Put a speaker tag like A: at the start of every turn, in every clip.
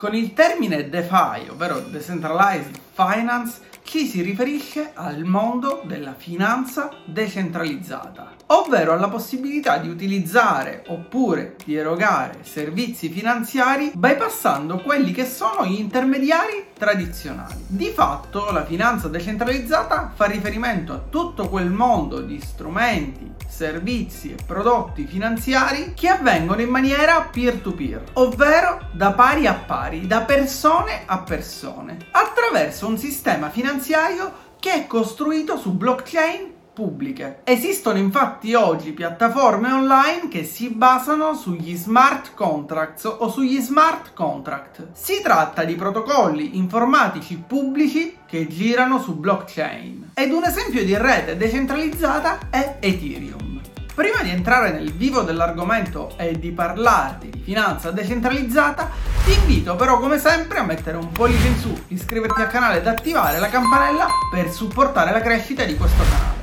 A: Con il termine DeFi, ovvero Decentralized Finance, ci si riferisce al mondo della finanza decentralizzata, ovvero alla possibilità di utilizzare oppure di erogare servizi finanziari bypassando quelli che sono gli intermediari tradizionali. Di fatto la finanza decentralizzata fa riferimento a tutto quel mondo di strumenti, servizi e prodotti finanziari che avvengono in maniera peer-to-peer, ovvero da pari a pari, da persone a persone, attraverso un sistema finanziario che è costruito su blockchain pubbliche. Esistono infatti oggi piattaforme online che si basano sugli smart contracts o sugli smart contract. Si tratta di protocolli informatici pubblici che girano su blockchain. Ed un esempio di rete decentralizzata è Ethereum. Prima di entrare nel vivo dell'argomento e di parlarti di finanza decentralizzata, ti invito però come sempre a mettere un pollice in su, iscriverti al canale ed attivare la campanella per supportare la crescita di questo canale.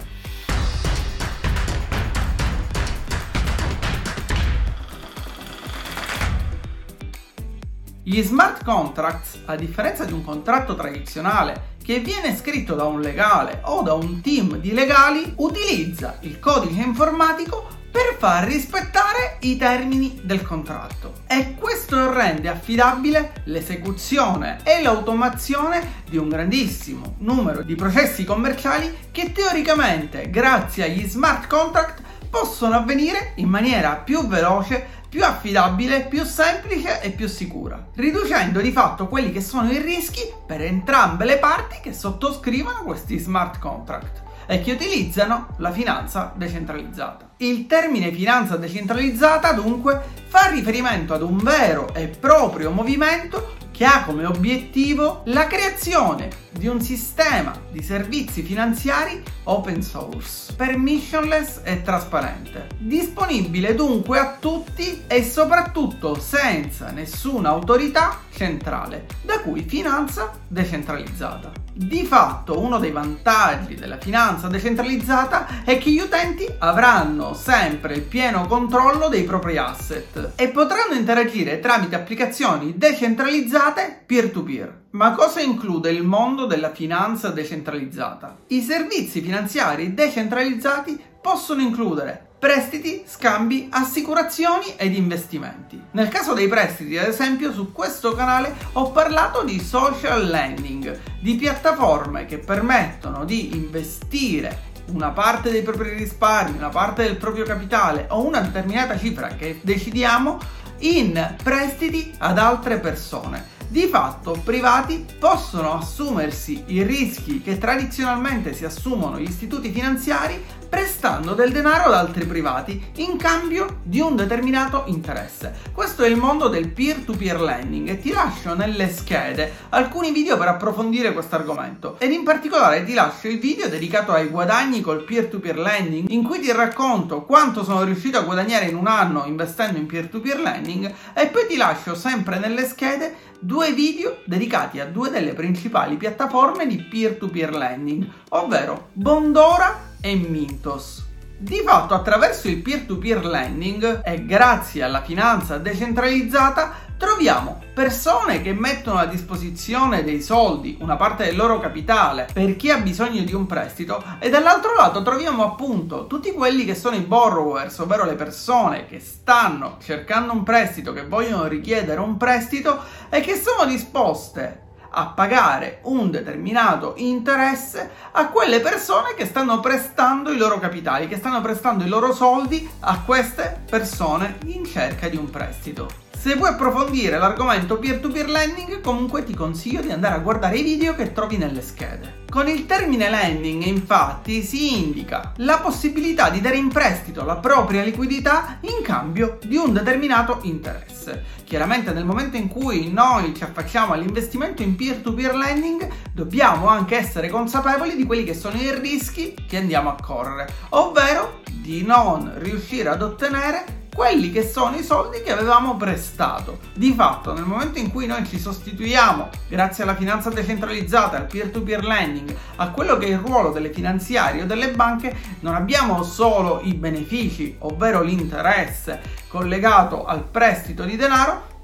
A: Gli smart contracts, a differenza di un contratto tradizionale che viene scritto da un legale o da un team di legali, utilizza il codice informatico per far rispettare i termini del contratto. E questo rende affidabile l'esecuzione e l'automazione di un grandissimo numero di processi commerciali che teoricamente, grazie agli smart contract, possono avvenire in maniera più veloce, più affidabile, più semplice e più sicura, riducendo di fatto quelli che sono i rischi per entrambe le parti che sottoscrivono questi smart contract e che utilizzano la finanza decentralizzata. Il termine finanza decentralizzata dunque fa riferimento ad un vero e proprio movimento che ha come obiettivo la creazione di un sistema di servizi finanziari open source, permissionless e trasparente, disponibile dunque a tutti e soprattutto senza nessuna autorità centrale, da cui finanza decentralizzata. Di fatto uno dei vantaggi della finanza decentralizzata è che gli utenti avranno sempre il pieno controllo dei propri asset e potranno interagire tramite applicazioni decentralizzate peer-to-peer. Ma cosa include il mondo della finanza decentralizzata? I servizi finanziari decentralizzati possono includere prestiti, scambi, assicurazioni ed investimenti. Nel caso dei prestiti, ad esempio, su questo canale ho parlato di social lending, di piattaforme che permettono di investire una parte dei propri risparmi, una parte del proprio capitale o una determinata cifra che decidiamo in prestiti ad altre persone. Di fatto, privati possono assumersi i rischi che tradizionalmente si assumono gli istituti finanziari prestando del denaro ad altri privati in cambio di un determinato interesse. Questo è il mondo del peer-to-peer lending e ti lascio nelle schede alcuni video per approfondire questo argomento ed in particolare ti lascio il video dedicato ai guadagni col peer-to-peer lending in cui ti racconto quanto sono riuscito a guadagnare in un anno investendo in peer-to-peer lending e poi ti lascio sempre nelle schede due video dedicati a due delle principali piattaforme di peer-to-peer lending, ovvero Bondora e Mintos. Di fatto, attraverso il peer-to-peer lending e grazie alla finanza decentralizzata troviamo persone che mettono a disposizione dei soldi, una parte del loro capitale, per chi ha bisogno di un prestito e dall'altro lato troviamo appunto tutti quelli che sono i borrowers, ovvero le persone che stanno cercando un prestito, che vogliono richiedere un prestito e che sono disposte a pagare un determinato interesse a quelle persone che stanno prestando i loro capitali, che stanno prestando i loro soldi a queste persone in cerca di un prestito. Se vuoi approfondire l'argomento peer-to-peer lending, comunque ti consiglio di andare a guardare i video che trovi nelle schede. Con il termine lending, infatti, si indica la possibilità di dare in prestito la propria liquidità in cambio di un determinato interesse. Chiaramente nel momento in cui noi ci affacciamo all'investimento in peer-to-peer lending, dobbiamo anche essere consapevoli di quelli che sono i rischi che andiamo a correre, ovvero di non riuscire ad ottenere quelli che sono i soldi che avevamo prestato. Di fatto, nel momento in cui noi ci sostituiamo, grazie alla finanza decentralizzata, al peer-to-peer lending, a quello che è il ruolo delle finanziarie o delle banche, non abbiamo solo i benefici, ovvero l'interesse collegato al prestito di denaro,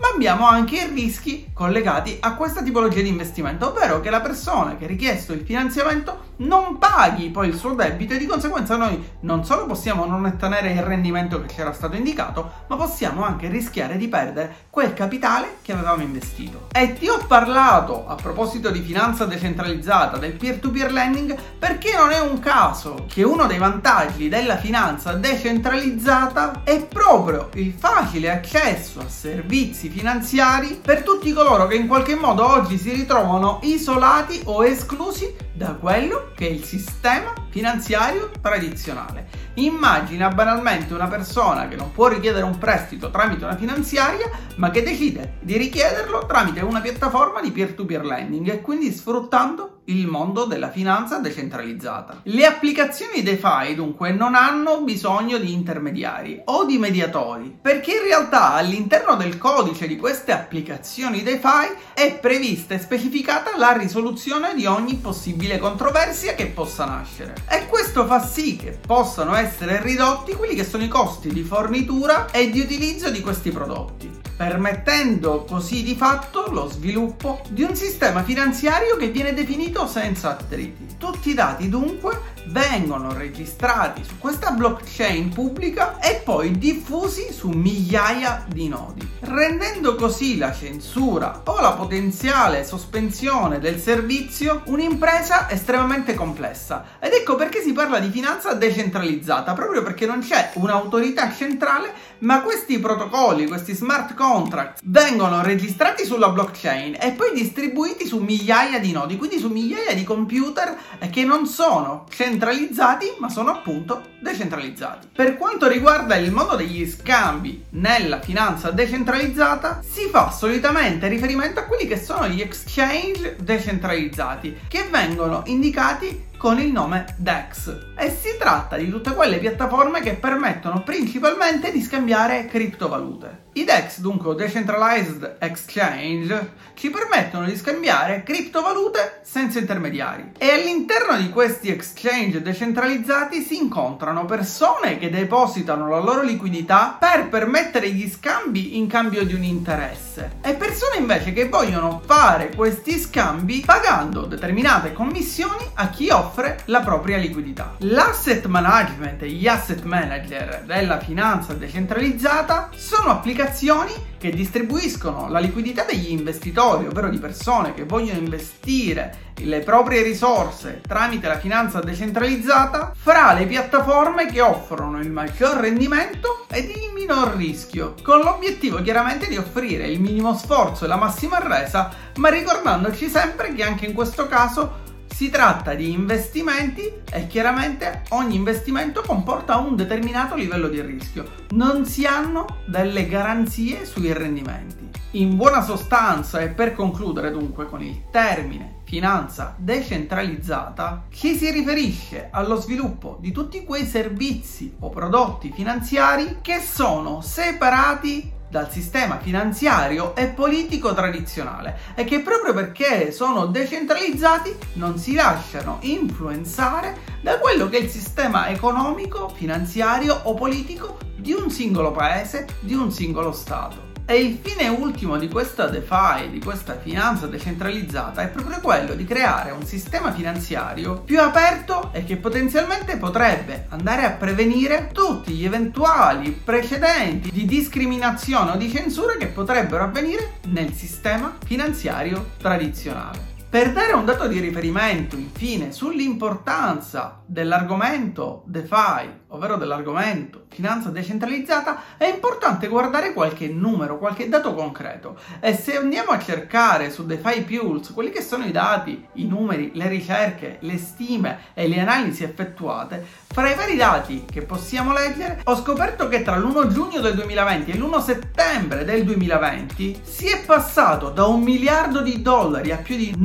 A: ma abbiamo anche i rischi collegati a questa tipologia di investimento, ovvero che la persona che ha richiesto il finanziamento non paghi poi il suo debito e di conseguenza noi non solo possiamo non ottenere il rendimento che ci era stato indicato, ma possiamo anche rischiare di perdere quel capitale che avevamo investito. E ti ho parlato a proposito di finanza decentralizzata, del peer-to-peer lending, perché non è un caso che uno dei vantaggi della finanza decentralizzata è proprio il facile accesso a servizi finanziari per tutti coloro che in qualche modo oggi si ritrovano isolati o esclusi da quello che è il sistema finanziario tradizionale. Immagina banalmente una persona che non può richiedere un prestito tramite una finanziaria, ma che decide di richiederlo tramite una piattaforma di peer-to-peer lending e quindi sfruttando il mondo della finanza decentralizzata. Le applicazioni DeFi dunque non hanno bisogno di intermediari o di mediatori, perché in realtà all'interno del codice di queste applicazioni DeFi è prevista e specificata la risoluzione di ogni possibile controversia che possa nascere, e questo fa sì che possano essere ridotti quelli che sono i costi di fornitura e di utilizzo di questi prodotti, permettendo così di fatto lo sviluppo di un sistema finanziario che viene definito senza attriti. Tutti i dati dunque vengono registrati su questa blockchain pubblica e poi diffusi su migliaia di nodi, rendendo così la censura o la potenziale sospensione del servizio un'impresa estremamente complessa. Ed ecco perché si parla di finanza decentralizzata, proprio perché non c'è un'autorità centrale, ma questi protocolli, questi smart contracts vengono registrati sulla blockchain e poi distribuiti su migliaia di nodi, quindi su migliaia di computer che non sono centralizzati ma sono appunto decentralizzati. Per quanto riguarda il mondo degli scambi nella finanza decentralizzata, si fa solitamente riferimento a quelli che sono gli exchange decentralizzati, che vengono indicati con il nome DEX, e si tratta di tutte quelle piattaforme che permettono principalmente di scambiare criptovalute. I DEX, dunque Decentralized Exchange, ci permettono di scambiare criptovalute senza intermediari, e all'interno di questi exchange decentralizzati si incontrano persone che depositano la loro liquidità per permettere gli scambi in cambio di un interesse, e persone invece che vogliono fare questi scambi pagando determinate commissioni a chi offre la propria liquidità. L'asset management e gli asset manager della finanza decentralizzata sono applicazioni che distribuiscono la liquidità degli investitori, ovvero di persone che vogliono investire le proprie risorse tramite la finanza decentralizzata, fra le piattaforme che offrono il maggior rendimento ed il minor rischio, con l'obiettivo chiaramente di offrire il minimo sforzo e la massima resa, ma ricordandoci sempre che anche in questo caso si tratta di investimenti e chiaramente ogni investimento comporta un determinato livello di rischio. Non si hanno delle garanzie sui rendimenti. In buona sostanza, e per concludere dunque con il termine finanza decentralizzata, ci si riferisce allo sviluppo di tutti quei servizi o prodotti finanziari che sono separati dal sistema finanziario e politico tradizionale e che proprio perché sono decentralizzati non si lasciano influenzare da quello che è il sistema economico, finanziario o politico di un singolo paese, di un singolo stato. E il fine ultimo di questa DeFi, di questa finanza decentralizzata, è proprio quello di creare un sistema finanziario più aperto e che potenzialmente potrebbe andare a prevenire tutti gli eventuali precedenti di discriminazione o di censura che potrebbero avvenire nel sistema finanziario tradizionale. Per dare un dato di riferimento, infine, sull'importanza dell'argomento DeFi, ovvero dell'argomento finanza decentralizzata, è importante guardare qualche numero, qualche dato concreto. E se andiamo a cercare su DeFi Pulse quelli che sono i dati, i numeri, le ricerche, le stime e le analisi effettuate, fra i vari dati che possiamo leggere, ho scoperto che tra l'1 giugno del 2020 e l'1 settembre del 2020 si è passato da $1 miliardo a più di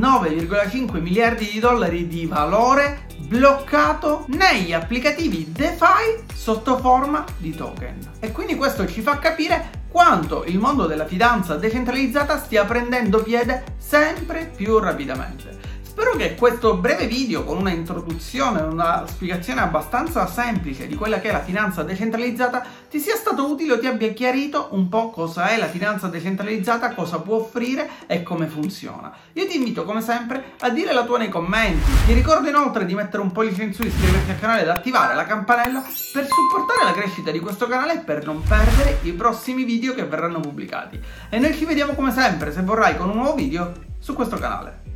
A: 9,5 miliardi di dollari di valore bloccato negli applicativi DeFi sotto forma di token. E quindi questo ci fa capire quanto il mondo della finanza decentralizzata stia prendendo piede sempre più rapidamente. Spero che questo breve video con una introduzione, una spiegazione abbastanza semplice di quella che è la finanza decentralizzata ti sia stato utile o ti abbia chiarito un po' cosa è la finanza decentralizzata, cosa può offrire e come funziona. Io ti invito come sempre a dire la tua nei commenti. Ti ricordo inoltre di mettere un pollice in su, iscriverti al canale ed attivare la campanella per supportare la crescita di questo canale e per non perdere i prossimi video che verranno pubblicati. E noi ci vediamo come sempre, se vorrai, con un nuovo video su questo canale.